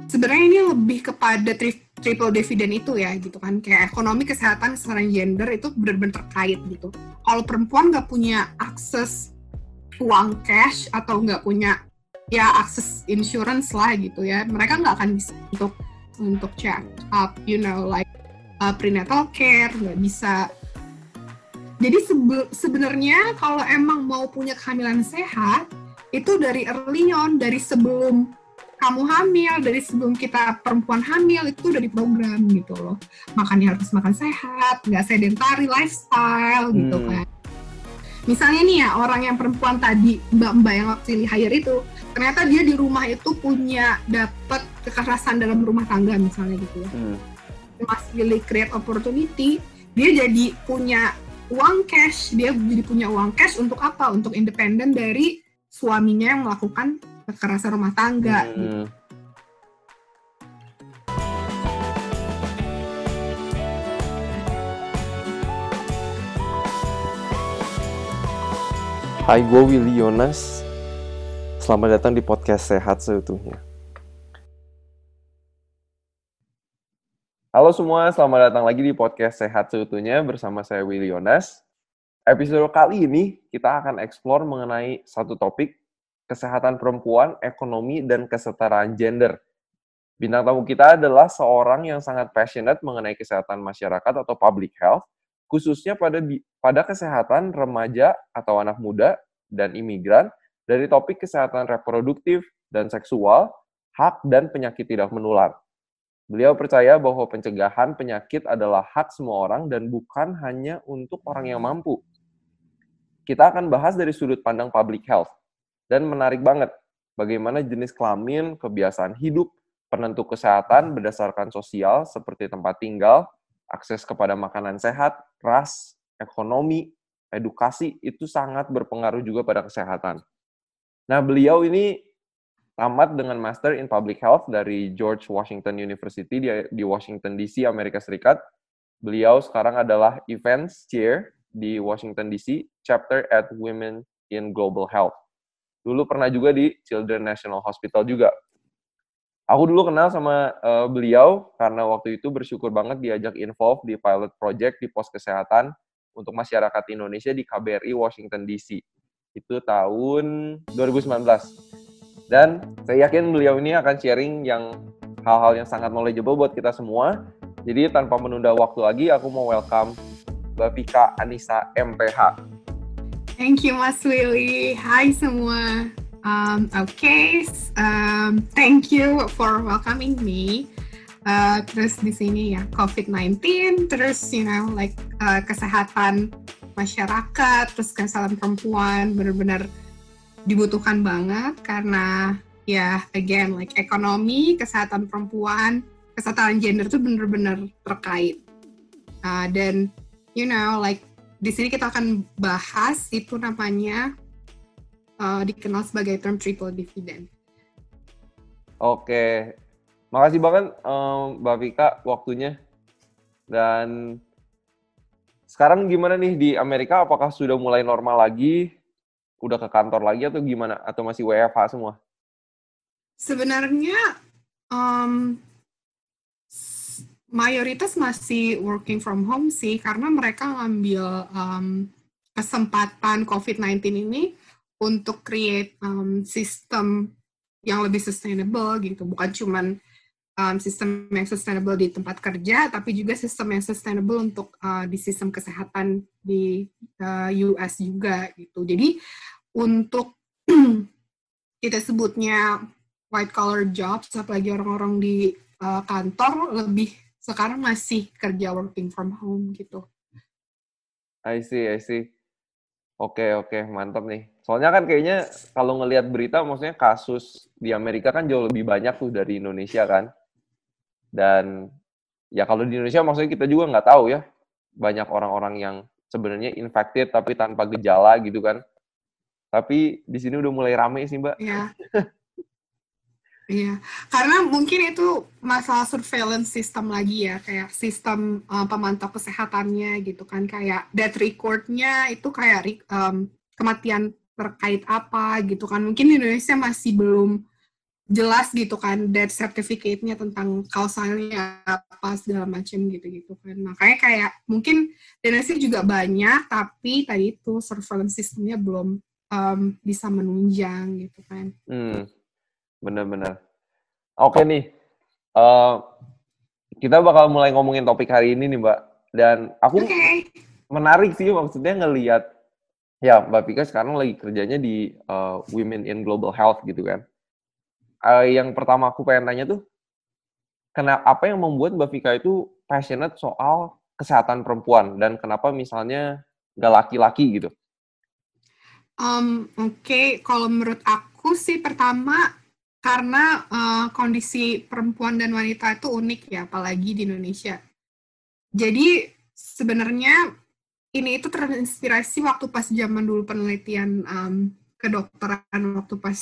sebenarnya ini lebih kepada triple dividend itu ya gitu kan, kayak ekonomi, kesehatan, kesetaraan gender itu benar-benar terkait gitu. Kalau perempuan nggak punya akses uang cash atau nggak punya ya akses insurance lah gitu ya, mereka nggak akan bisa untuk check up, like prenatal care, nggak bisa. Jadi sebenarnya kalau emang mau punya kehamilan sehat, itu dari early on, dari sebelum kamu hamil, dari sebelum kita perempuan hamil, itu udah diprogram gitu loh. Makannya harus makan sehat, nggak sedentary lifestyle gitu kan. Misalnya nih ya, orang yang perempuan tadi, mbak-mbak yang pilih hire itu, ternyata dia di rumah itu punya dapat kekerasan dalam rumah tangga misalnya gitu ya. Masih pilih create opportunity, dia jadi punya uang cash, untuk apa? Untuk independen dari suaminya yang melakukan kekerasan rumah tangga gitu. Hai, gue Willy Yonas. Selamat datang di podcast Sehat Seutuhnya. Halo semua, selamat datang lagi di podcast Sehat Seutuhnya bersama saya Willy Yonas. Episode kali ini kita akan eksplor mengenai satu topik, kesehatan perempuan, ekonomi, dan kesetaraan gender. Bintang tamu kita adalah seorang yang sangat passionate mengenai kesehatan masyarakat atau public health, khususnya pada kesehatan remaja atau anak muda dan imigran, dari topik kesehatan reproduktif dan seksual, hak dan penyakit tidak menular. Beliau percaya bahwa pencegahan penyakit adalah hak semua orang dan bukan hanya untuk orang yang mampu. Kita akan bahas dari sudut pandang public health. Dan menarik banget, bagaimana jenis kelamin, kebiasaan hidup, penentu kesehatan berdasarkan sosial seperti tempat tinggal, akses kepada makanan sehat, ras, ekonomi, edukasi, itu sangat berpengaruh juga pada kesehatan. Nah, beliau ini tamat dengan Master in Public Health dari George Washington University di Washington DC, Amerika Serikat. Beliau sekarang adalah Events Chair di Washington DC, Chapter at Women in Global Health. Dulu pernah juga di Children's National Hospital juga. Aku dulu kenal sama beliau karena waktu itu bersyukur banget diajak involve di pilot project di pos kesehatan untuk masyarakat Indonesia di KBRI Washington DC. Itu tahun 2019. Dan saya yakin beliau ini akan sharing hal-hal yang sangat knowledgeable buat kita semua. Jadi tanpa menunda waktu lagi, aku mau welcome Mbak Vika Anissa MPH. Thank you Mas Willy. Hai semua. Thank you for welcoming me. Terus di sini ya COVID-19, terus kesehatan masyarakat, terus kesehatan perempuan benar-benar dibutuhkan banget karena ya again ekonomi, kesehatan perempuan, kesetaraan gender itu benar-benar terkait. Dan di sini kita akan bahas itu namanya dikenal sebagai term triple dividend. Oke, makasih banget Mbak Vika waktunya. Dan sekarang gimana nih di Amerika? Apakah sudah mulai normal lagi? Udah ke kantor lagi atau gimana? Atau masih WFH semua? Sebenarnya mayoritas masih working from home sih, karena mereka ngambil kesempatan COVID-19 ini untuk create sistem yang lebih sustainable gitu, bukan cuman sistem yang sustainable di tempat kerja, tapi juga sistem yang sustainable untuk di sistem kesehatan di US juga gitu. Jadi untuk kita sebutnya white collar jobs, apalagi orang-orang di kantor, lebih sekarang masih kerja working from home gitu. I see. Oke, mantap nih. Soalnya kan kayaknya kalau ngelihat berita, maksudnya kasus di Amerika kan jauh lebih banyak tuh dari Indonesia kan. Dan ya kalau di Indonesia maksudnya kita juga nggak tahu ya, banyak orang-orang yang sebenarnya infected tapi tanpa gejala gitu kan. Tapi di sini udah mulai rame sih, Mbak. Iya, karena mungkin itu masalah surveillance system lagi ya, kayak sistem pemantau kesehatannya gitu kan, kayak death record-nya itu kayak kematian terkait apa gitu kan. Mungkin di Indonesia masih belum jelas gitu kan death certificate-nya tentang kausalnya apa segala macam gitu-gitu kan. Makanya kayak mungkin donasi juga banyak tapi tadi itu surveillance sistemnya belum bisa menunjang gitu kan. Benar-benar. Oke nih, eh, kita bakal mulai ngomongin topik hari ini nih Mbak. Dan aku Oke. menarik sih maksudnya ngelihat, ya Mbak Vika sekarang lagi kerjanya di Women in Global Health gitu kan. Yang pertama aku pengen tanya tuh, apa yang membuat Mbak Vika itu passionate soal kesehatan perempuan dan kenapa misalnya nggak laki-laki gitu? Oke, kalau menurut aku sih pertama karena kondisi perempuan dan wanita itu unik ya, apalagi di Indonesia. Jadi sebenarnya ini itu terinspirasi waktu pas zaman dulu penelitian kedokteran waktu pas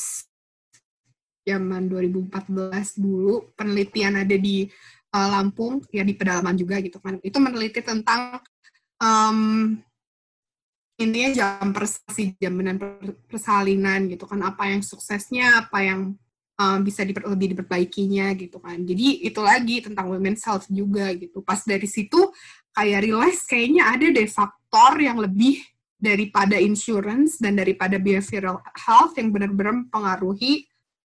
zaman 2014 dulu penelitian ada di Lampung ya di pedalaman juga gitu kan. Itu meneliti tentang um, intinya jam prestasi jaminan persalinan gitu kan apa yang suksesnya apa yang bisa lebih diperbaikinya gitu kan jadi itu lagi tentang women's health juga gitu pas dari situ kayak realize kayaknya ada deh faktor yang lebih daripada insurance dan daripada behavioral health yang benar-benar mempengaruhi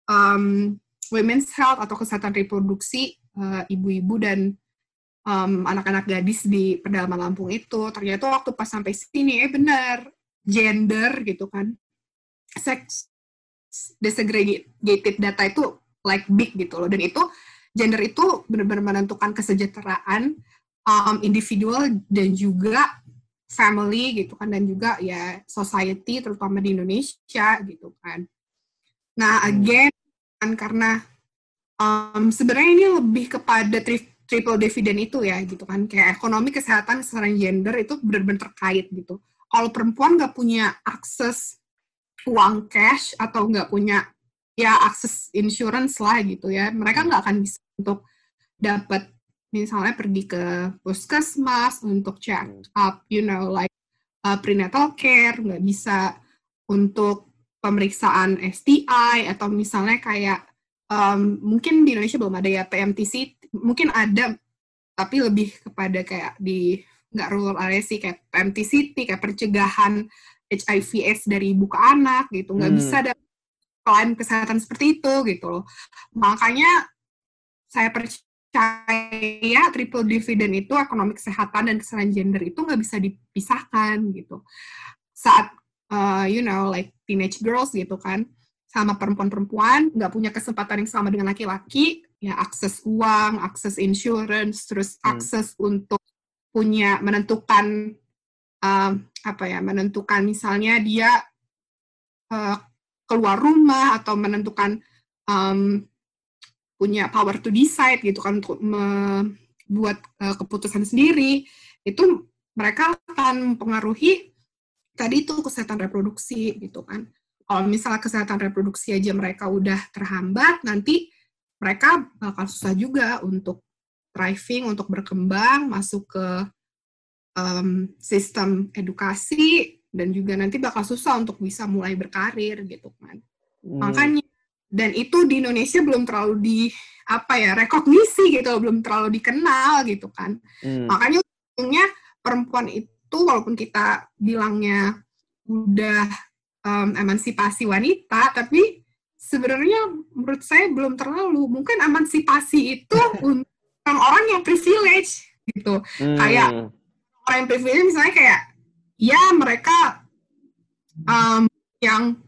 women's health atau kesehatan reproduksi ibu-ibu dan anak-anak gadis di pedalaman Lampung itu ternyata waktu pas sampai sini benar gender gitu kan sex disaggregated data itu like big gitu loh dan itu gender itu benar-benar menentukan kesejahteraan individual dan juga family gitu kan dan juga ya society terutama di Indonesia gitu kan nah again kan karena sebenarnya ini lebih kepada triple dividend itu ya gitu kan kayak ekonomi kesehatan kesehatan gender itu benar-benar terkait gitu kalau perempuan nggak punya akses uang cash atau nggak punya ya akses insurance lah gitu ya mereka nggak akan bisa untuk dapat misalnya pergi ke puskesmas untuk check up like prenatal care nggak bisa untuk pemeriksaan STI atau misalnya kayak mungkin di Indonesia belum ada ya PMTC mungkin ada tapi lebih kepada kayak di nggak rural area sih kayak PMTCT kayak pencegahan HIV/AIDS dari ibu ke anak gitu nggak bisa ada klaim kesehatan seperti itu gitu loh makanya saya percaya triple dividend itu ekonomi kesehatan dan kesehatan gender itu nggak bisa dipisahkan gitu saat like teenage girls gitu kan sama perempuan-perempuan nggak punya kesempatan yang sama dengan laki-laki ya akses uang, akses insurance, terus akses untuk punya menentukan menentukan misalnya dia keluar rumah atau menentukan punya power to decide gitu kan untuk membuat keputusan sendiri itu mereka akan mempengaruhi tadi itu kesehatan reproduksi gitu kan kalau misalnya kesehatan reproduksi aja mereka udah terhambat nanti mereka bakal susah juga untuk thriving untuk berkembang masuk ke sistem edukasi dan juga nanti bakal susah untuk bisa mulai berkarir gitu kan. Makanya dan itu di Indonesia belum terlalu rekognisi gitu, belum terlalu dikenal gitu kan. Makanya ujungnya perempuan itu walaupun kita bilangnya udah emansipasi wanita, tapi sebenarnya menurut saya belum terlalu. Mungkin emansipasi itu untuk orang-orang yang privilege gitu. Kayak orang yang privilege misalnya kayak ya mereka yang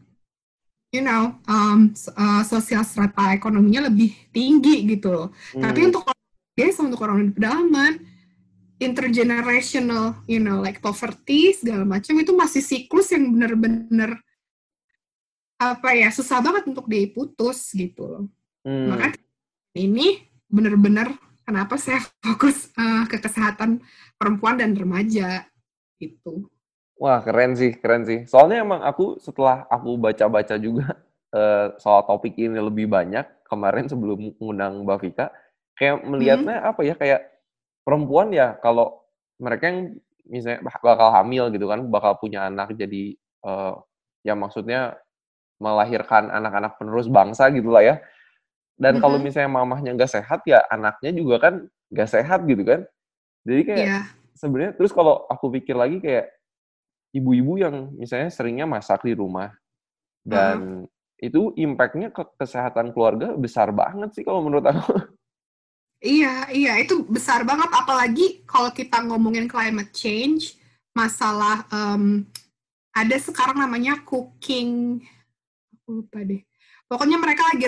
sosial strata ekonominya lebih tinggi gitu loh. Tapi untuk orang desa, untuk orang di pedalaman, intergenerational, like poverty segala macam itu masih siklus yang benar-benar susah banget untuk diputus gitu loh. Makanya ini benar-benar kenapa saya fokus ke kesehatan perempuan dan remaja gitu. Wah, keren sih, keren sih. Soalnya emang setelah aku baca-baca juga soal topik ini lebih banyak kemarin sebelum mengundang Mbak Vika, kayak melihatnya kayak perempuan ya kalau mereka yang misalnya bakal hamil gitu kan, bakal punya anak jadi ya maksudnya melahirkan anak-anak penerus bangsa gitulah ya. Dan kalau misalnya mamahnya nggak sehat, ya anaknya juga kan nggak sehat gitu kan. Jadi kayak Iya. sebenarnya terus kalau aku pikir lagi kayak ibu-ibu yang misalnya seringnya masak di rumah Heeh. dan itu impact-nya ke kesehatan keluarga besar banget sih kalau menurut aku. Iya, iya, itu besar banget. Apalagi kalau kita ngomongin climate change, masalah ada sekarang namanya cooking, aku lupa deh. Pokoknya mereka lagi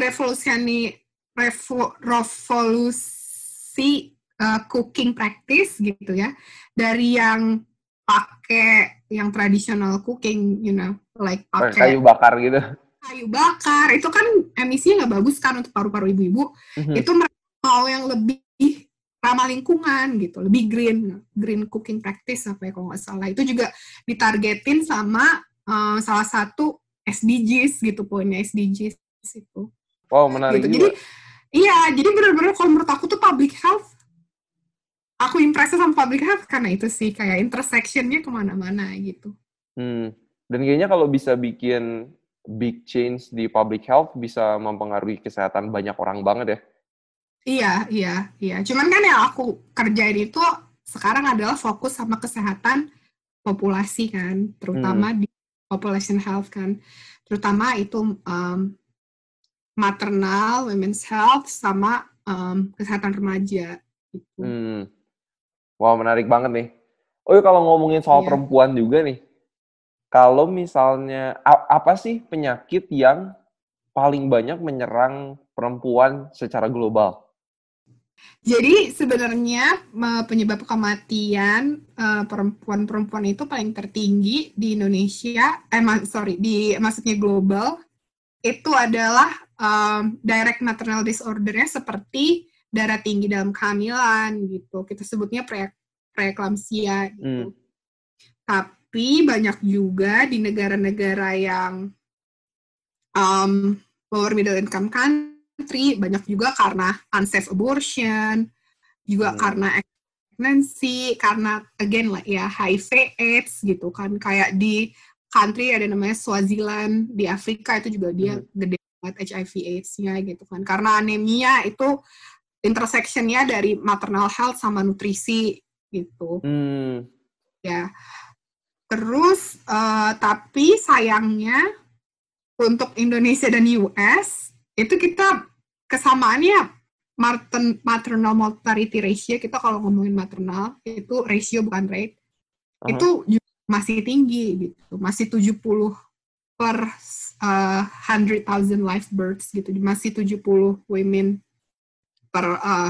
revolusi cooking practice gitu ya. Dari yang pakai yang traditional cooking, like Pakai kayu pakai bakar gitu. kayu bakar, itu kan emisinya nggak bagus kan untuk paru-paru ibu-ibu. Itu mereka mau yang lebih ramah lingkungan gitu, lebih green cooking practice apa ya kalau nggak salah. Itu juga ditargetin sama salah satu SDGs gitu, poinnya SDGs itu. Wow, menarik Gitu. Jadi juga. iya, jadi benar-benar kalau menurut aku tuh public health, aku impressnya sama public health karena itu sih kayak intersectionnya kemana-mana gitu. Dan kayaknya kalau bisa bikin big change di public health bisa mempengaruhi kesehatan banyak orang banget ya. Iya, iya, iya. Cuman kan yang aku kerjain itu sekarang adalah fokus sama kesehatan populasi kan, Hmm. terutama di population health kan, terutama itu maternal, women's health, sama kesehatan remaja gitu. Hmm. Wow, menarik banget nih. Oh ya, kalau ngomongin soal Iya. perempuan juga nih, kalau misalnya apa sih penyakit yang paling banyak menyerang perempuan secara global? Jadi sebenarnya penyebab kematian perempuan-perempuan itu paling tertinggi di Indonesia, maksudnya global, itu adalah direct maternal disorder-nya seperti darah tinggi dalam kehamilan gitu. Kita sebutnya preeklamsia Hmm. gitu. Tapi banyak juga di negara-negara yang lower middle income country, banyak juga karena unsafe abortion, juga Hmm. karena pregnancy, karena again lah ya HIV AIDS gitu kan, kayak di country ada namanya Swaziland di Afrika, itu juga dia Hmm. gede banget HIV AIDS-nya gitu kan, karena anemia itu intersection-nya dari maternal health sama nutrisi gitu Hmm. ya. Terus tapi sayangnya untuk Indonesia dan US itu kita kesamaannya maternal mortality ratio, kita kalau ngomongin maternal itu ratio bukan rate, Uh-huh. itu masih tinggi gitu, masih 70 per 100,000 live births gitu, masih 70 women per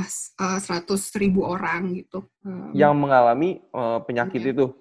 100,000 orang gitu. Yang mengalami penyakit Ya. itu.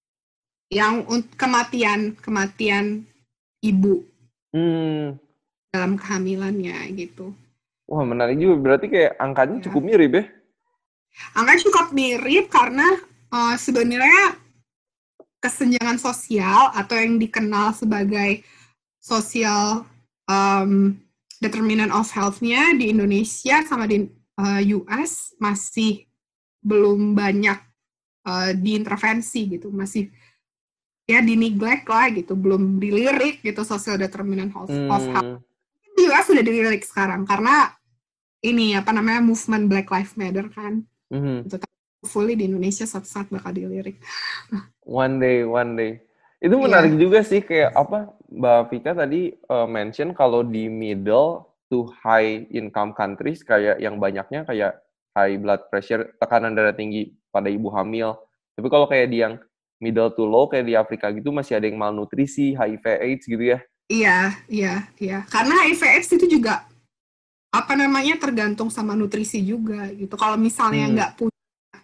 Yang kematian ibu Hmm. dalam kehamilannya gitu. Wah, menarik juga. Berarti kayak angkanya Ya. cukup mirip ya? Angka cukup mirip karena sebenarnya kesenjangan sosial atau yang dikenal sebagai social determinant of health-nya di Indonesia sama di US masih belum banyak diintervensi gitu, masih ya di-neglect lah gitu, belum dilirik gitu social determinant of health. Hmm. Di US sudah dilirik sekarang karena ini apa namanya movement Black Lives Matter kan. Mhm. Itu hopefully di Indonesia suatu saat bakal dilirik. One day, one day. Itu menarik Iya, juga sih kayak apa Mbak Vika tadi mention kalau di middle to high income countries kayak yang banyaknya kayak high blood pressure, tekanan darah tinggi pada ibu hamil. Tapi kalau kayak di yang middle to low kayak di Afrika gitu masih ada yang malnutrisi, HIV AIDS gitu ya. iya, iya, iya. Karena HIV/AIDS itu juga apa namanya tergantung sama nutrisi juga gitu. Kalau misalnya Hmm. nggak punya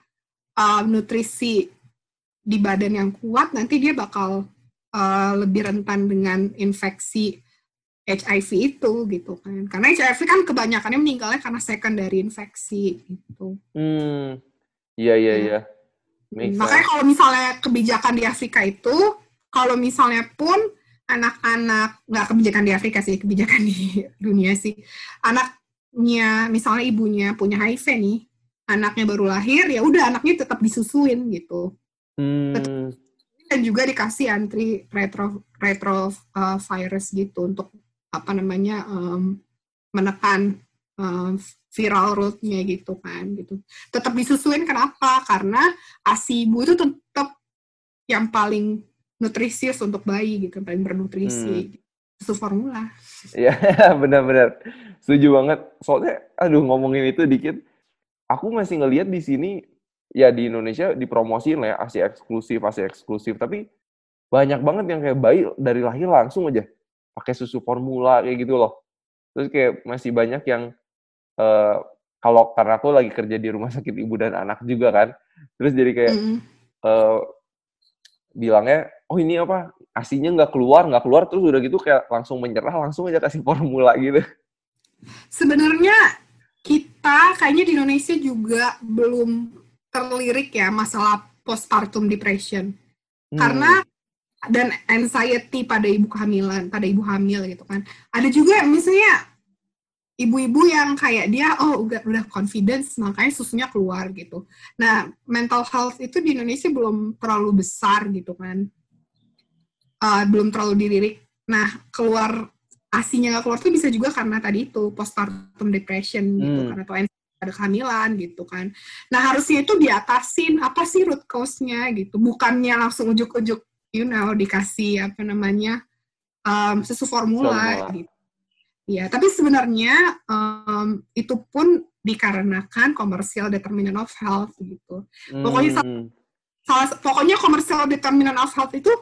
nutrisi di badan yang kuat, nanti dia bakal lebih rentan dengan infeksi HIV itu gitu kan. Karena HIV kan kebanyakannya meninggalnya karena secondary infeksi gitu. Hmm. Iya, iya, Ya. iya. Make Makanya sense. kalau misalnya kebijakan di Afrika itu, kalau misalnya pun anak-anak, nggak kebijakan di Afrika sih, kebijakan di dunia sih, anaknya, misalnya ibunya punya HIV nih, anaknya baru lahir, ya udah anaknya tetap disusuin gitu. Tetap, Hmm. dan juga dikasih retro virus gitu untuk apa namanya menekan um, viral road-nya gitu kan gitu. Tetap disusuin kenapa? Karena ASI ibu itu tetap yang paling nutrisius untuk bayi gitu, paling bernutrisi. Susu formula. Iya, benar-benar. Setuju banget. Soalnya, aduh ngomongin itu dikit, aku masih ngelihat di sini, ya di Indonesia dipromosiin lah ya, ASI eksklusif, tapi banyak banget yang kayak bayi dari lahir langsung aja pakai susu formula kayak gitu loh. Terus kayak masih banyak yang, eh, kalau karena aku lagi kerja di rumah sakit ibu dan anak juga kan, terus jadi kayak eh, bilangnya, oh ini apa, ASINya nggak keluar, terus udah gitu kayak langsung menyerah, langsung aja kasih formula gitu. Sebenarnya kita kayaknya di Indonesia juga belum terlirik ya masalah postpartum depression. Karena dan anxiety pada ibu kehamilan, pada ibu hamil gitu kan. Ada juga misalnya ibu-ibu yang kayak dia udah confidence makanya susunya keluar gitu. Nah, mental health itu di Indonesia belum terlalu besar gitu kan. Belum terlalu dilirik. Nah, keluar ASINya nggak keluar tuh bisa juga karena tadi itu postpartum depression gitu karena atau pada kehamilan gitu kan. Nah, harusnya itu diatasin apa sih root cause-nya gitu. Bukannya langsung ujuk-ujuk dikasih apa namanya susu formula gitu. Ya, tapi sebenarnya itu pun dikarenakan commercial determinant of health gitu. Pokoknya commercial determinant of health itu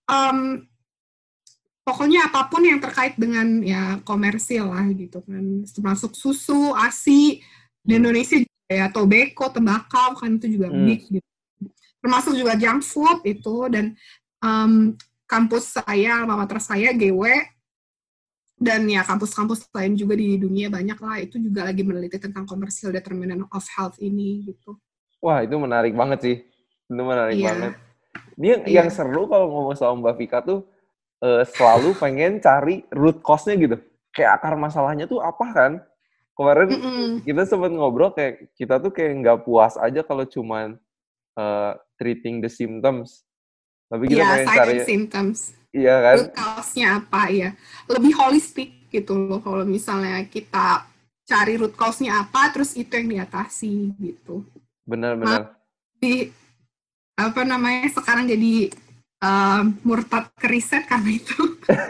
pokoknya apapun yang terkait dengan ya komersil lah gitu kan, termasuk susu, ASI di Indonesia juga ya, tobacco, tembakau kan itu juga big gitu. Termasuk juga junk food itu dan kampus saya, alma mater saya GW dan ya kampus-kampus lain juga di dunia banyak lah itu juga lagi meneliti tentang commercial determinant of health ini gitu. Wah itu menarik banget sih, itu menarik banget. Ini yang seru kalau ngomong sama Mbak Vika tuh selalu pengen cari root cause-nya gitu. Kayak akar masalahnya tuh apa kan? Kemarin kita sempat ngobrol kayak kita tuh kayak nggak puas aja kalau cuman treating the symptoms. Tapi kita pengen cari symptoms. Iya kan? Root cause-nya apa ya? Lebih holistik gitu loh kalau misalnya kita cari root cause-nya apa terus itu yang diatasi gitu. Benar-benar. Apa namanya sekarang jadi murtad ke riset karena itu.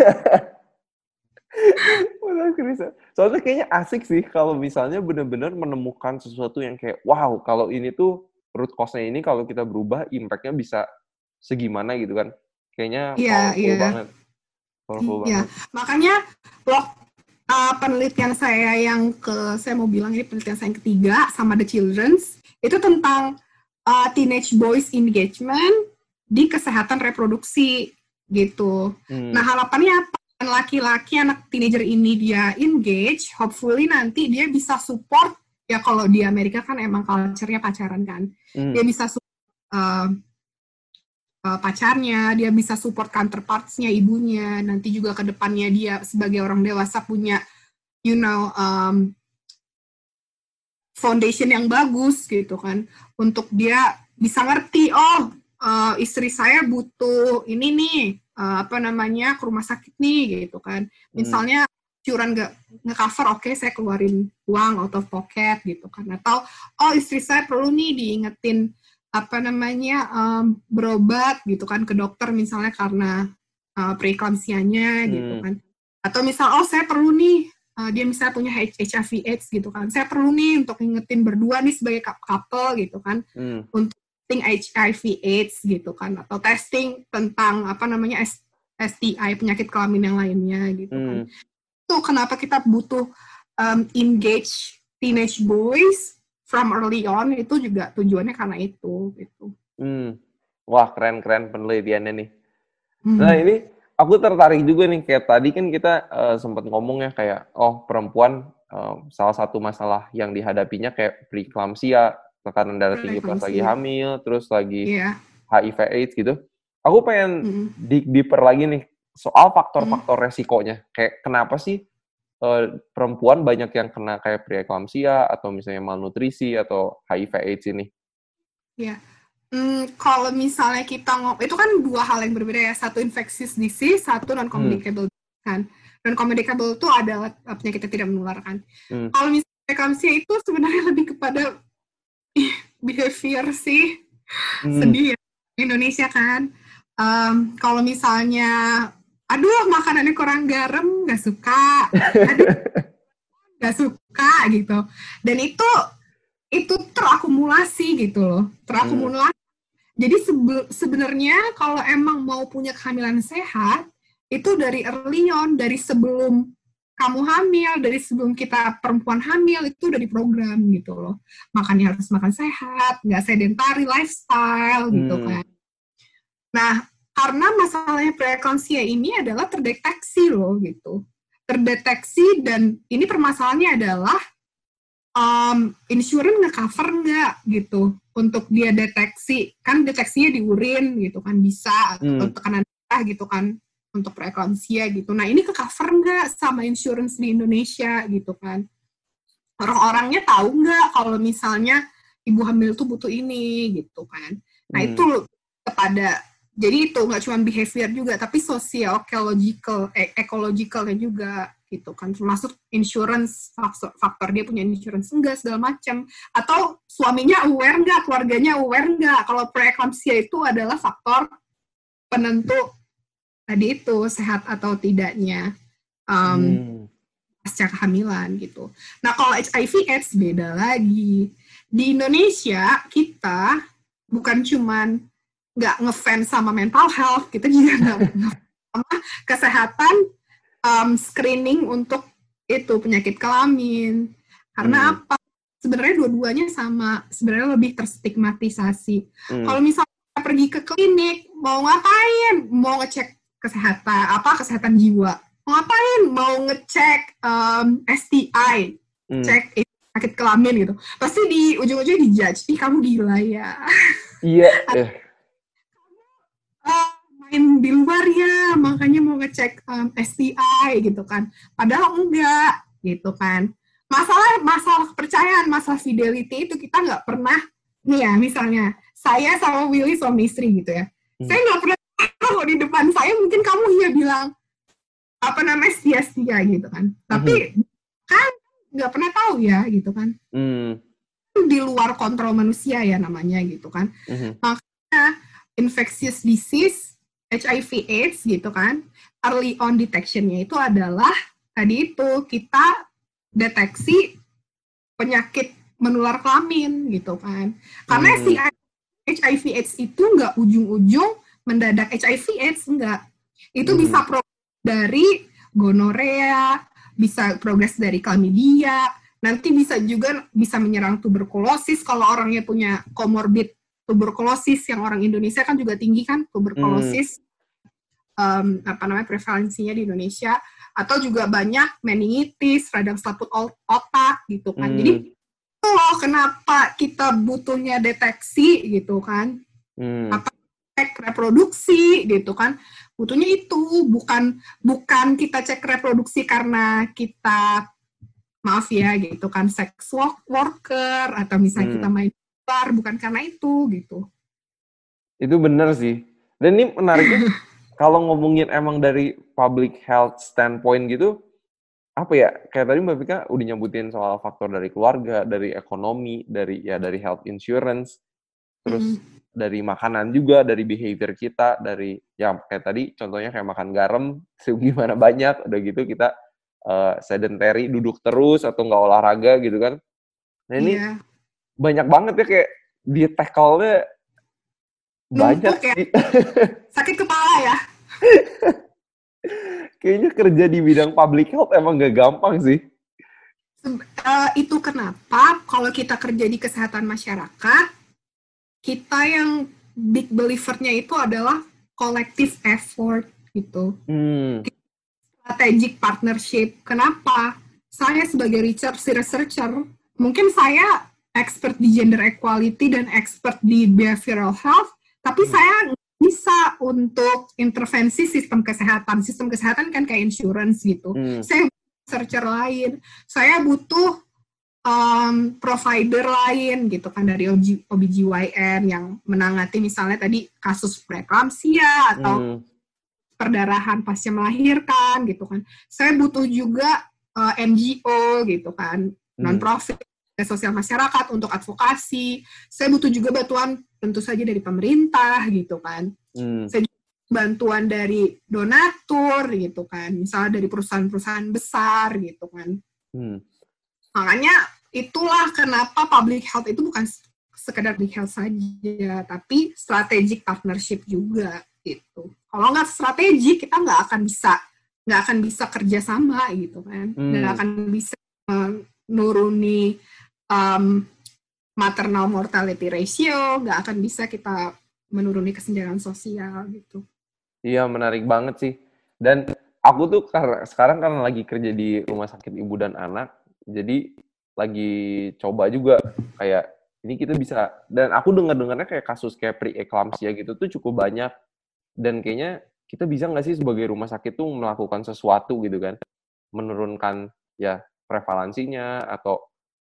Murtad ke riset. Soalnya kayaknya asik sih kalau misalnya benar-benar menemukan sesuatu yang kayak wow kalau ini tuh root cause-nya ini kalau kita berubah impact-nya bisa segimana gitu kan. Kayaknya powerful banget. Powerful banget. Makanya penelitian saya saya mau bilang ini penelitian saya yang ketiga sama The Children's itu tentang teenage boys engagement di kesehatan reproduksi gitu. Nah harapannya apa? Laki-laki anak teenager ini dia engage, hopefully nanti dia bisa support ya kalau di Amerika kan emang culture-nya pacaran kan. Dia bisa support pacarnya, dia bisa support counterparts-nya ibunya, nanti juga ke depannya dia sebagai orang dewasa punya foundation yang bagus gitu kan, untuk dia bisa ngerti istri saya butuh ini nih ke rumah sakit nih gitu kan, misalnya iuran nge-cover, oke, saya keluarin uang out of pocket gitu kan, atau istri saya perlu nih diingetin berobat gitu kan ke dokter misalnya karena preeklamsianya gitu kan, atau misal saya perlu nih dia misalnya punya HIV/AIDS gitu kan, saya perlu nih untuk ingetin berdua nih sebagai couple gitu kan untuk testing HIV/AIDS gitu kan, atau testing tentang STI penyakit kelamin yang lainnya gitu kan. Itu kenapa kita butuh engage teenage boys from early on, itu juga tujuannya karena itu gitu. Wah keren penelitiannya nih. Nah ini aku tertarik juga nih, kayak tadi kan kita sempat ngomong ya kayak perempuan salah satu masalah yang dihadapinya kayak preeclampsia, tekanan darah tinggi pas lagi hamil, terus lagi HIV/AIDS gitu. Aku pengen dig deeper lagi nih soal faktor-faktor resikonya. Kayak kenapa sih perempuan banyak yang kena kayak preeclampsia atau misalnya malnutrisi atau HIV/AIDS ini? Ya, kalau misalnya kita itu kan dua hal yang berbeda ya, satu infectious disease, satu non-communicable kan. Non-communicable itu adalah penyakit yang tidak menularkan. Kalau misalnya preeclampsia itu sebenarnya lebih kepada behavior sih. Sedih ya, Indonesia kan. Kalau misalnya, aduh makanannya kurang garam, nggak suka. Aduh, nggak suka gitu. Dan itu terakumulasi gitu loh. Terakumulasi. Jadi sebenarnya kalau emang mau punya kehamilan sehat, itu dari early on, dari sebelum kamu hamil, dari sebelum kita perempuan hamil, itu udah diprogram gitu loh. Makannya harus makan sehat, nggak sedentary lifestyle gitu kan. Nah, karena masalahnya preeclampsia ini adalah terdeteksi loh gitu. Terdeteksi dan ini permasalahannya adalah insurance nge-cover nggak gitu untuk dia deteksi. Kan deteksinya di urin gitu kan, bisa, atau tekanan darah gitu kan, untuk preeclampsia gitu. Nah, ini ke-cover nggak sama insurance di Indonesia gitu kan. Orang-orangnya tahu nggak kalau misalnya ibu hamil tuh butuh ini gitu kan. Nah, itu kepada, jadi itu nggak cuma behavior juga, tapi ecologicalnya juga gitu kan. Termasuk insurance, faktor dia punya insurance enggak, segala macam. Atau suaminya aware nggak, keluarganya aware nggak. Kalau preeclampsia itu adalah faktor penentu tadi itu sehat atau tidaknya pasca kehamilan gitu. Nah, kalau HIV/AIDS beda lagi. Di Indonesia kita bukan cuman nggak ngefans sama mental health, kita juga nggak sama kesehatan, screening untuk itu penyakit kelamin. Karena apa? Sebenarnya dua-duanya sama, sebenarnya lebih terstigmatisasi. Kalau misalnya pergi ke klinik, mau ngapain? Mau ngecek kesehatan jiwa. Mau ngapain? Mau ngecek STI, cek penyakit kelamin gitu. Pasti di ujung-ujungnya dijudge, ih kamu gila ya. Iya. Main di luar ya, makanya mau ngecek STI gitu kan. Padahal enggak gitu kan. Masalah kepercayaan, masalah fidelity itu kita nggak pernah, nih ya misalnya, saya sama Willy suami istri gitu ya. Saya nggak pernah, kalau di depan saya mungkin kamu bilang apa namanya sia-sia gitu kan, tapi kan nggak pernah tahu ya gitu kan. Di luar kontrol manusia ya namanya gitu kan. Makanya infectious disease, HIV/AIDS gitu kan, early on detection-nya itu adalah tadi itu kita deteksi penyakit menular kelamin gitu kan. Karena si HIV/AIDS itu nggak ujung-ujung mendadak HIV/AIDS, enggak. Itu bisa progres dari gonorea, bisa progres dari chlamydia, nanti bisa menyerang tuberkulosis kalau orangnya punya comorbid tuberkulosis, yang orang Indonesia kan juga tinggi kan tuberkulosis, prevalensinya di Indonesia, atau juga banyak meningitis, radang selaput otak gitu kan. Jadi loh kenapa kita butuhnya deteksi gitu kan, apa cek reproduksi gitu kan, butuhnya itu bukan kita cek reproduksi karena kita maaf ya gitu kan sex worker atau misalnya kita main bar, bukan karena itu gitu. Itu benar sih. Dan ini menariknya kalau ngomongin emang dari public health standpoint gitu, apa ya, kayak tadi Mbak Vika udah nyebutin soal faktor dari keluarga, dari ekonomi, dari health insurance, terus dari makanan juga, dari behavior kita, dari ya kayak tadi contohnya kayak makan garam segimana banyak, udah gitu kita sedentary, duduk terus atau nggak olahraga gitu kan. Nah ini banyak banget ya, kayak di tackle-nya banyak ya. Sakit kepala ya. Kayaknya kerja di bidang public health emang gak gampang sih. Itu kenapa kalau kita kerja di kesehatan masyarakat, kita yang big believer-nya itu adalah collective effort gitu. Strategic partnership. Kenapa? Saya sebagai researcher, mungkin saya expert di gender equality dan expert di behavioral health, tapi saya bisa untuk intervensi sistem kesehatan. Sistem kesehatan kan kayak insurance gitu. Saya researcher lain, saya butuh provider lain gitu kan, dari OBGYN yang menangani misalnya tadi kasus preeclampsia atau perdarahan pasca melahirkan gitu kan. Saya butuh juga NGO gitu kan, non-profit, sosial masyarakat untuk advokasi. Saya butuh juga bantuan tentu saja dari pemerintah gitu kan. Saya juga bantuan dari donatur gitu kan, misalnya dari perusahaan-perusahaan besar gitu kan. Makanya itulah kenapa public health itu bukan sekedar public health saja, tapi strategic partnership juga gitu. Kalau nggak strategik, kita nggak akan bisa kerjasama gitu kan, nggak akan bisa nuruni maternal mortality ratio, nggak akan bisa kita menuruni kesenjangan sosial gitu. Iya, menarik banget sih. Dan aku tuh sekarang karena lagi kerja di rumah sakit ibu dan anak, jadi lagi coba juga kayak ini kita bisa, dan aku dengarnya kayak kasus kayak preeclampsia gitu tuh cukup banyak, dan kayaknya kita bisa nggak sih sebagai rumah sakit tuh melakukan sesuatu gitu kan, menurunkan ya prevalensinya atau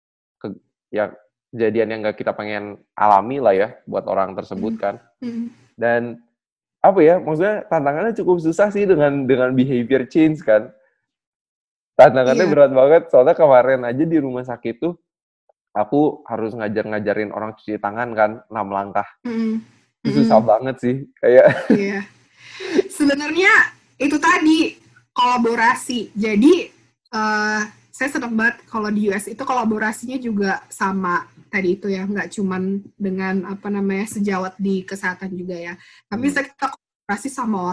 ya kejadian yang nggak kita pengen alami lah ya buat orang tersebut kan. Dan apa ya, maksudnya tantangannya cukup susah sih dengan behavior change kan. Tantangannya berat banget, soalnya kemarin aja di rumah sakit tuh aku harus ngajarin orang cuci tangan kan, 6 langkah. Itu susah banget sih, kayak. Iya. Sebenarnya itu tadi kolaborasi. Jadi saya senang banget kalau di US itu kolaborasinya juga sama tadi itu ya, nggak cuman dengan sejawat di kesehatan juga ya, tapi kita kolaborasi sama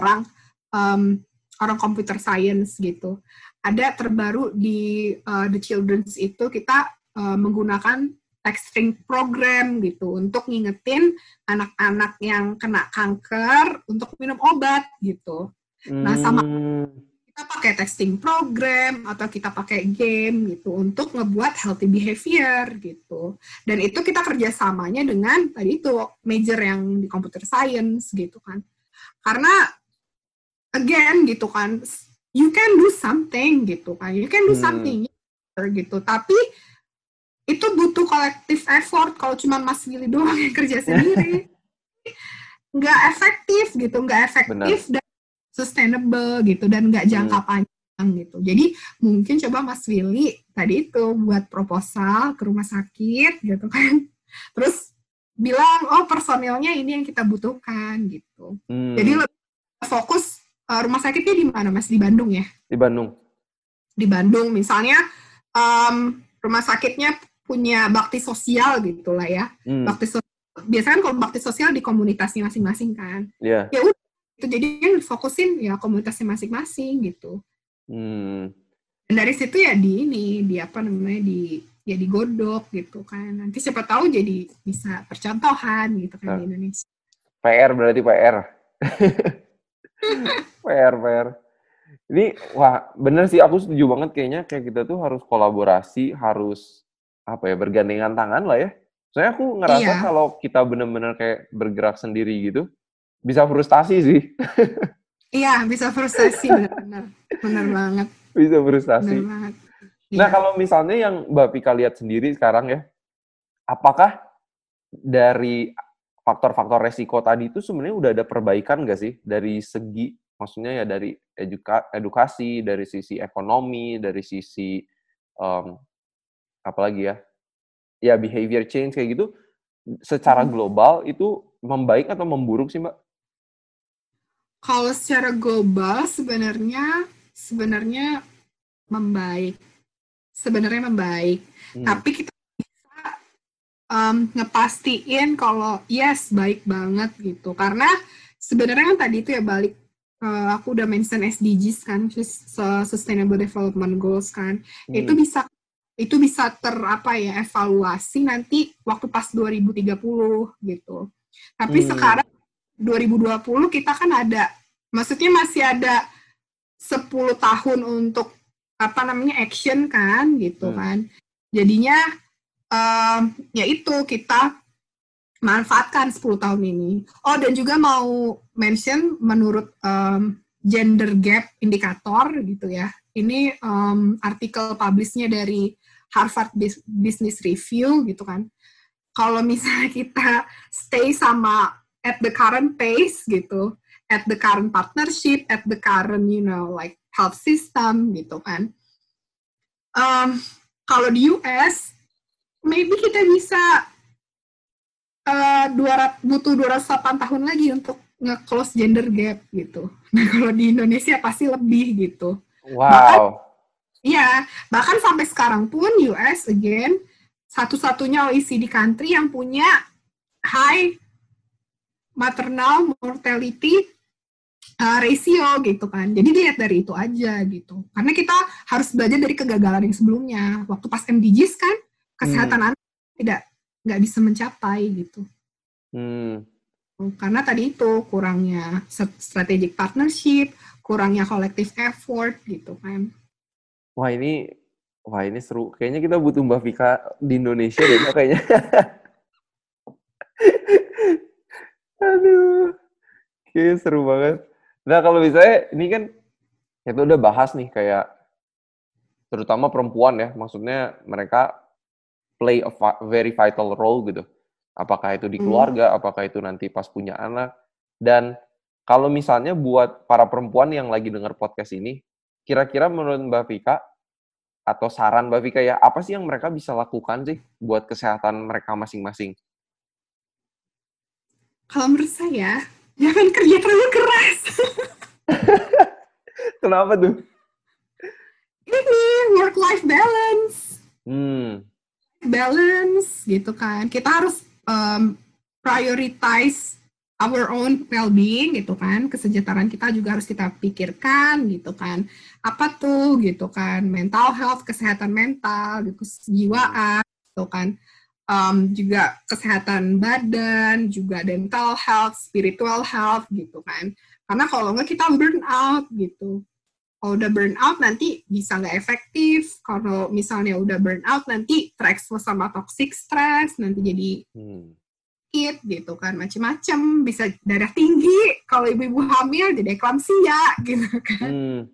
orang computer science gitu. Ada terbaru di The Children's itu kita menggunakan texting program gitu untuk ngingetin anak-anak yang kena kanker untuk minum obat gitu. Nah, sama kita pakai texting program atau kita pakai game gitu untuk ngebuat healthy behavior gitu. Dan itu kita kerjasamanya dengan tadi itu major yang di computer science gitu kan. Karena again gitu kan, you can do something gitu kan, you can do something gitu. Tapi itu butuh collective effort. Kalau cuma Mas Willy doang yang kerja sendiri, nggak efektif gitu, nggak efektif. Benar. Dan sustainable gitu, dan nggak jangka panjang gitu. Jadi mungkin coba Mas Willy tadi itu buat proposal ke rumah sakit gitu kan, terus bilang personilnya ini yang kita butuhkan gitu. Jadi lebih fokus. Rumah sakitnya di mana Mas? Di Bandung ya? Di Bandung. Di Bandung misalnya rumah sakitnya punya bakti sosial gitu lah ya. Bakti sosial. Biasanya kan kalau bakti sosial di komunitasnya masing-masing kan. Yeah. Ya udah itu jadi yang fokusin ya komunitasnya masing-masing gitu. Dan dari situ ya digodok gitu kan. Nanti siapa tahu jadi bisa percontohan gitu kan di Indonesia. PR berarti PR. PR. Ini wah bener sih, aku setuju banget kayaknya kayak kita tuh harus kolaborasi, harus bergandengan tangan lah ya. Soalnya aku ngerasa kalau kita bener-bener kayak bergerak sendiri gitu, bisa frustasi sih. Iya, bisa frustasi, bener banget. Bisa frustasi. Bener banget. Nah, kalau misalnya yang Mbak Pika lihat sendiri sekarang ya, apakah dari faktor-faktor resiko tadi itu sebenarnya udah ada perbaikan nggak sih dari segi, maksudnya ya dari edukasi, dari sisi ekonomi, dari sisi apalagi ya behavior change kayak gitu, secara global itu membaik atau memburuk sih Mbak? Kalau secara global sebenarnya membaik. Tapi kita bisa ngepastiin kalau yes baik banget gitu. Karena sebenarnya kan tadi itu ya balik aku udah mention SDGs kan, Sustainable Development Goals kan. Itu bisa evaluasi nanti waktu pas 2030 gitu. Tapi sekarang 2020 kita kan maksudnya masih ada 10 tahun untuk action kan gitu kan. Jadinya ya itu kita manfaatkan 10 tahun ini. Oh, dan juga mau mention menurut gender gap indicator gitu ya. Ini artikel publish-nya dari Harvard Business Review gitu kan. Kalau misalnya kita stay sama at the current pace gitu, at the current partnership, at the current like health system gitu kan. Kalau di US maybe kita bisa butuh 208 tahun lagi untuk nge-close gender gap gitu. Nah kalau di Indonesia pasti lebih gitu. Wow. Bahkan sampai sekarang pun US again satu-satunya OECD country yang punya high maternal mortality ratio gitu kan. Jadi dilihat dari itu aja gitu. Karena kita harus belajar dari kegagalan yang sebelumnya. Waktu pas MDGs kan kesehatan anak nggak bisa mencapai gitu. Karena tadi itu kurangnya strategic partnership, kurangnya collective effort gitu kan. Wah ini seru. Kayaknya kita butuh Mbak Vika di Indonesia deh kayaknya. Aduh, kayaknya seru banget. Nah kalau misalnya ini kan kita udah bahas nih kayak terutama perempuan ya, maksudnya mereka play a very vital role gitu. Apakah itu di keluarga, apakah itu nanti pas punya anak. Dan kalau misalnya buat para perempuan yang lagi dengar podcast ini, kira-kira menurut Mbak Vika, atau saran Mbak Vika ya, apa sih yang mereka bisa lakukan sih buat kesehatan mereka masing-masing? Kalau menurut saya, jangan kerja terlalu keras. Kenapa tuh? Ini work-life balance. Balance gitu kan. Kita harus prioritize our own well-being gitu kan. Kesejahteraan kita juga harus kita pikirkan gitu kan. Apa tuh gitu kan. Mental health, kesehatan mental, gitu, kejiwaan gitu kan. Juga kesehatan badan, juga dental health, spiritual health gitu kan. Karena kalau nggak kita burn out gitu. Kalau udah burn out nanti bisa nggak efektif. Kalau misalnya udah burn out nanti terekspos sama toxic stress, nanti jadi sakit gitu kan, macem-macem. Bisa darah tinggi, kalau ibu-ibu hamil jadi eklamsia gitu kan.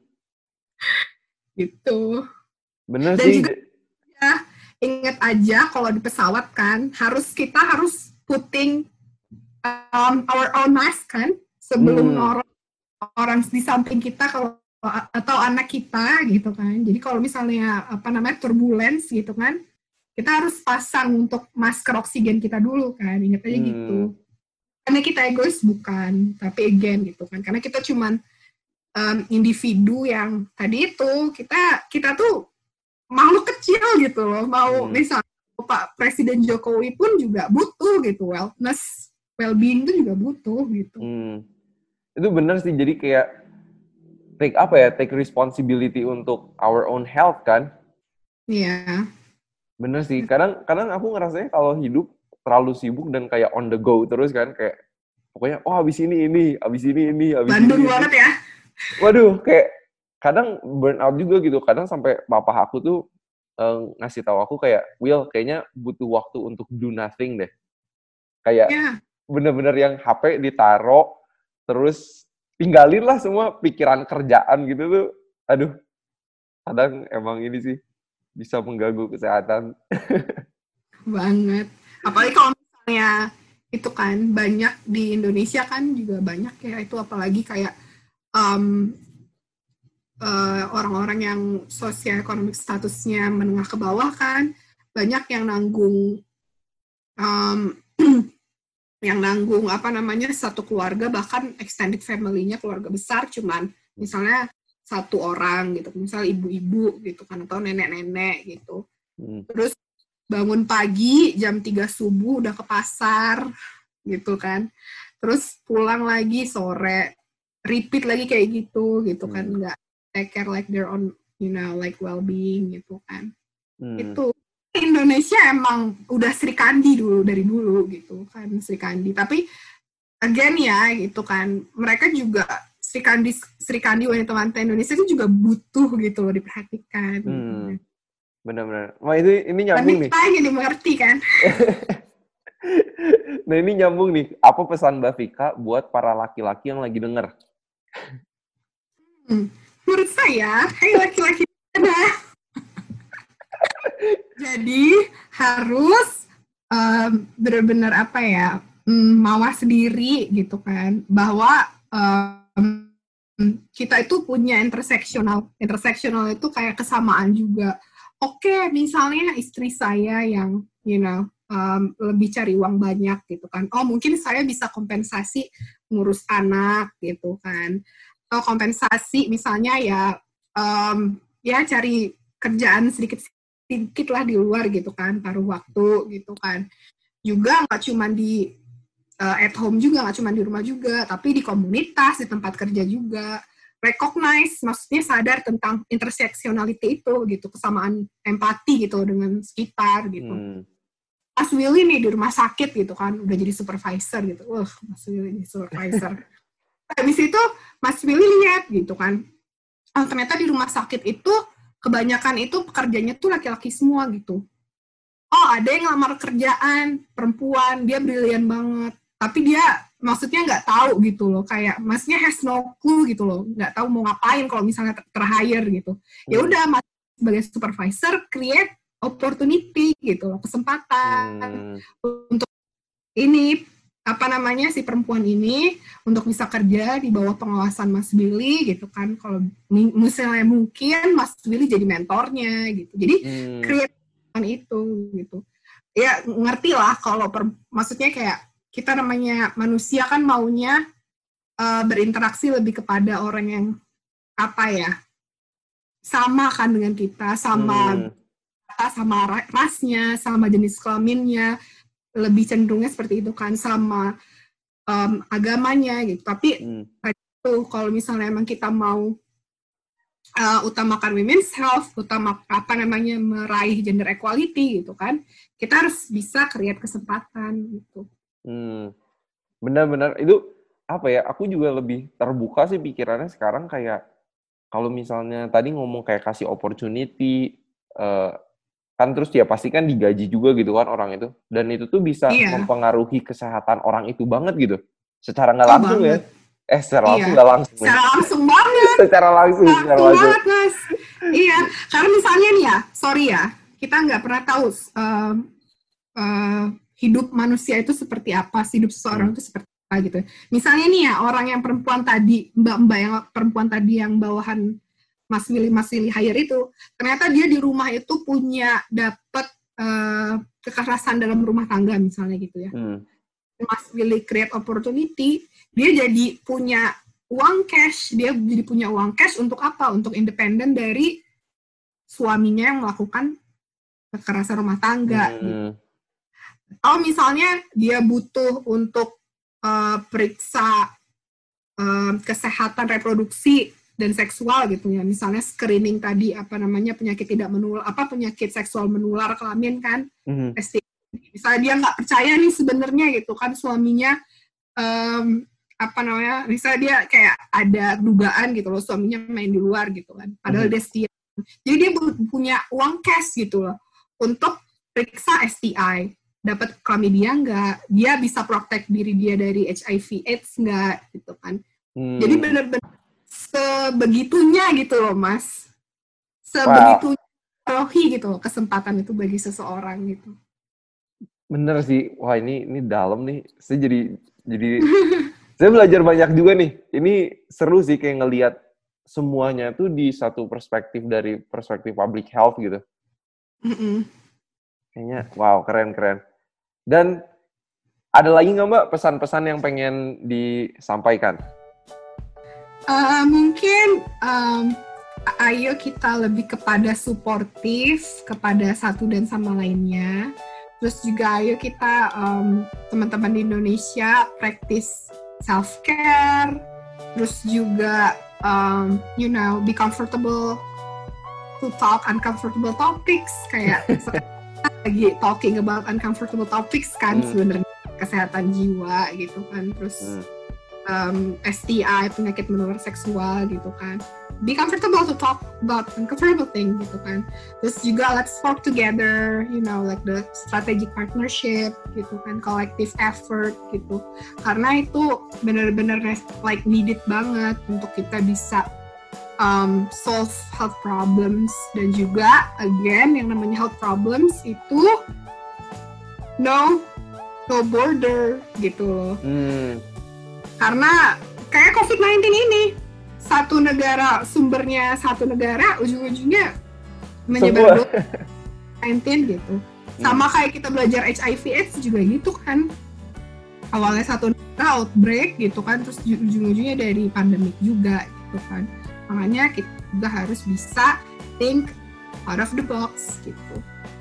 Gitu. Bener dan sih. Juga ya, ingat aja kalau di pesawat kan, kita harus putting our own mask kan, sebelum orang di samping kita atau anak kita gitu kan. Jadi kalau misalnya turbulence gitu kan, kita harus pasang untuk masker oksigen kita dulu kan, ingat aja gitu. Karena kita egois bukan, tapi again gitu kan, karena kita cuman individu yang tadi itu kita tuh makhluk kecil gitu loh. Misalnya Pak Presiden Jokowi pun juga butuh gitu wellness, well-being itu juga butuh gitu. Itu bener sih, jadi kayak take responsibility untuk our own health kan. Iya. Bener sih, kadang aku ngerasanya kalau hidup terlalu sibuk dan kayak on the go terus kan, kayak pokoknya abis ini, abis ini. Bandung banget ya. Waduh, kayak kadang burn out juga gitu. Kadang sampai papa aku tuh ngasih tahu aku kayak, Will, kayaknya butuh waktu untuk do nothing deh. Kayak bener-bener yang HP ditaro, terus tinggalin lah semua pikiran kerjaan gitu tuh. Aduh, kadang emang ini sih bisa mengganggu kesehatan. Banget. Apalagi kalau misalnya itu kan banyak di Indonesia kan juga banyak ya, itu apalagi kayak orang-orang yang sosioekonomik statusnya menengah ke bawah kan, banyak yang nanggung satu keluarga, bahkan extended family-nya keluarga besar cuman misalnya satu orang gitu, misal ibu-ibu gitu kan, atau nenek-nenek gitu. Terus bangun pagi jam 3 subuh udah ke pasar gitu kan, terus pulang lagi sore, repeat lagi kayak gitu kan, nggak take care like their own like well-being gitu kan. Itu Indonesia emang udah Sri Kandi dari dulu gitu kan, Sri Kandi. Tapi again ya gitu kan, mereka juga Sri Kandi wanita-wanita Indonesia itu juga butuh gitu loh diperhatikan. Gitu. Benar-benar. Wah ini nyambung nih. Kita yang dimengerti kan. Nah ini nyambung nih. Apa pesan Mbak Vika buat para laki-laki yang lagi denger? Menurut saya, hai laki-laki jadi harus benar-benar mawas diri gitu kan, bahwa kita itu punya interseksional itu kayak kesamaan juga. Oke, misalnya istri saya yang lebih cari uang banyak gitu kan, mungkin saya bisa kompensasi ngurus anak gitu kan, atau kompensasi misalnya ya cari kerjaan sedikit lah di luar gitu kan, paruh waktu gitu kan. Juga nggak cuma di at home juga, nggak cuma di rumah juga, tapi di komunitas, di tempat kerja juga. Recognize, maksudnya sadar tentang interseksionality itu gitu, kesamaan empati gitu dengan sekitar gitu. Mas Willy nih di rumah sakit gitu kan, udah jadi supervisor gitu. Mas Willy jadi supervisor. Habis itu Mas Willy lihat gitu kan, ternyata di rumah sakit itu kebanyakan itu pekerjanya tuh laki-laki semua gitu. Ada yang ngelamar kerjaan perempuan, dia brilian banget, tapi dia maksudnya nggak tahu gitu loh, kayak masnya has no clue gitu loh, nggak tahu mau ngapain kalau misalnya ter-hire gitu. Ya udah, mas sebagai supervisor create opportunity gitu loh, kesempatan untuk ini si perempuan ini untuk bisa kerja di bawah pengawasan Mas Willy gitu kan. Kalau misalnya mungkin Mas Willy jadi mentornya gitu. Jadi create itu gitu. Ya ngerti lah kalau maksudnya kayak kita namanya manusia kan maunya berinteraksi lebih kepada orang yang sama kan dengan kita, sama rasnya, sama jenis kelaminnya, lebih cenderungnya seperti itu kan, sama agamanya gitu. Tapi itu kalau misalnya emang kita mau utamakan women's health, meraih gender equality gitu kan, kita harus bisa create kesempatan gitu. Benar-benar itu aku juga lebih terbuka sih pikirannya sekarang, kayak kalau misalnya tadi ngomong kayak kasih opportunity, kan terus ya pasti kan digaji juga gitu kan orang itu, dan itu tuh bisa mempengaruhi kesehatan orang itu banget gitu, secara nggak langsung banget. Secara langsung nggak langsung. Secara langsung banget. Secara langsung banget, Mas. Iya, karena misalnya nih ya, sorry ya, kita nggak pernah tahu hidup manusia itu seperti apa, hidup seseorang itu seperti apa gitu. Misalnya nih ya, orang yang perempuan tadi, mbak-mbak yang perempuan tadi yang bawahan Mas Willy hire itu, ternyata dia di rumah itu dapat kekerasan dalam rumah tangga misalnya gitu ya. Mas Willy create opportunity, dia jadi punya uang cash, untuk apa? Untuk independen dari suaminya yang melakukan kekerasan rumah tangga. Gitu. Kalau misalnya dia butuh untuk periksa kesehatan reproduksi dan seksual gitu ya, misalnya screening tadi penyakit seksual menular kelamin kan, STI. Misalnya dia nggak percaya nih sebenarnya gitu kan suaminya misalnya dia kayak ada dugaan gitu loh suaminya main di luar gitu kan, padahal dia setia. Jadi dia punya uang cash gitu loh untuk periksa STI, dapat chlamydia nggak, dia bisa protect diri dia dari HIV/AIDS nggak gitu kan. Jadi benar-benar sebegitunya gitu loh Mas, sebegitunya rohi gitu loh kesempatan itu bagi seseorang gitu. Bener sih, wah ini dalam nih, saya jadi saya belajar banyak juga nih. Ini seru sih kayak ngelihat semuanya tuh di satu perspektif, dari perspektif public health gitu. Kayaknya wow, keren. Dan ada lagi nggak Mbak pesan-pesan yang pengen disampaikan? Mungkin ayo kita lebih kepada suportif kepada satu dan sama lainnya. Terus juga ayo kita teman-teman di Indonesia practice self-care. Terus juga be comfortable to talk uncomfortable topics, kayak lagi talking about uncomfortable topics kan, sebenarnya kesehatan jiwa gitu kan. Terus STI, penyakit menular seksual gitu kan. Be comfortable to talk about uncomfortable thing gitu kan. Terus juga let's work together, like the strategic partnership gitu kan, collective effort gitu. Karena itu benar-benar like needed banget untuk kita bisa solve health problems. Dan juga again yang namanya health problems itu no border gitu loh. Karena kayak COVID-19 ini. Satu negara, sumbernya satu negara, ujung-ujungnya menyebar COVID-19 gitu. Sama kayak kita belajar HIV/AIDS juga gitu kan. Awalnya satu negara outbreak gitu kan, terus ujung-ujungnya dari pandemik juga gitu kan. Makanya kita juga harus bisa think out of the box gitu.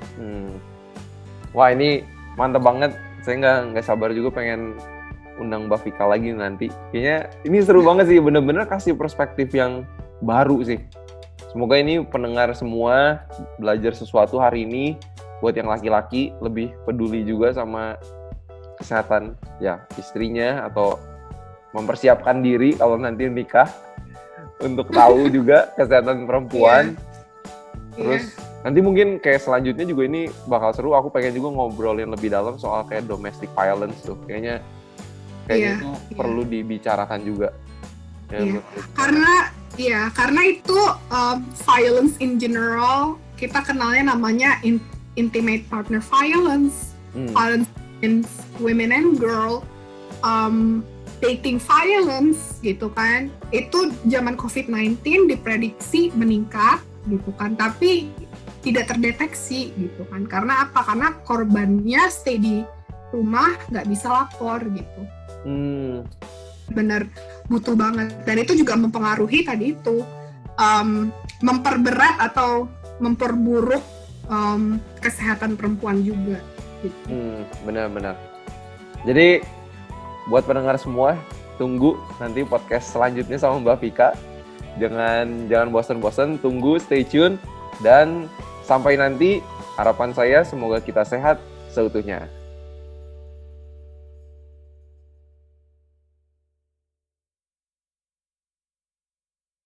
Wah, ini mantap banget. Saya nggak sabar juga pengen undang Mbak Vika lagi nanti. Kayaknya ini seru banget sih, bener-bener kasih perspektif yang baru sih. Semoga ini pendengar semua belajar sesuatu hari ini, buat yang laki-laki lebih peduli juga sama kesehatan ya istrinya, atau mempersiapkan diri kalau nanti nikah untuk tahu juga kesehatan perempuan. Terus nanti mungkin kayak selanjutnya juga ini bakal seru, aku pengen juga ngobrolin lebih dalam soal kayak domestic violence tuh. Kayaknya itu perlu dibicarakan juga. Karena itu violence in general, kita kenalnya namanya intimate partner violence, violence against women and girl, dating violence gitu kan. Itu zaman COVID-19 diprediksi meningkat gitu kan, tapi tidak terdeteksi gitu kan. Karena apa? Karena korbannya stay di rumah, nggak bisa lapor gitu. Bener, butuh banget. Dan itu juga mempengaruhi tadi itu, memperberat atau memperburuk kesehatan perempuan juga gitu. Benar-benar. Jadi buat pendengar semua, tunggu nanti podcast selanjutnya sama Mbak Vika. Jangan bosan-bosan, tunggu, stay tune, dan sampai nanti harapan saya semoga kita sehat seutuhnya.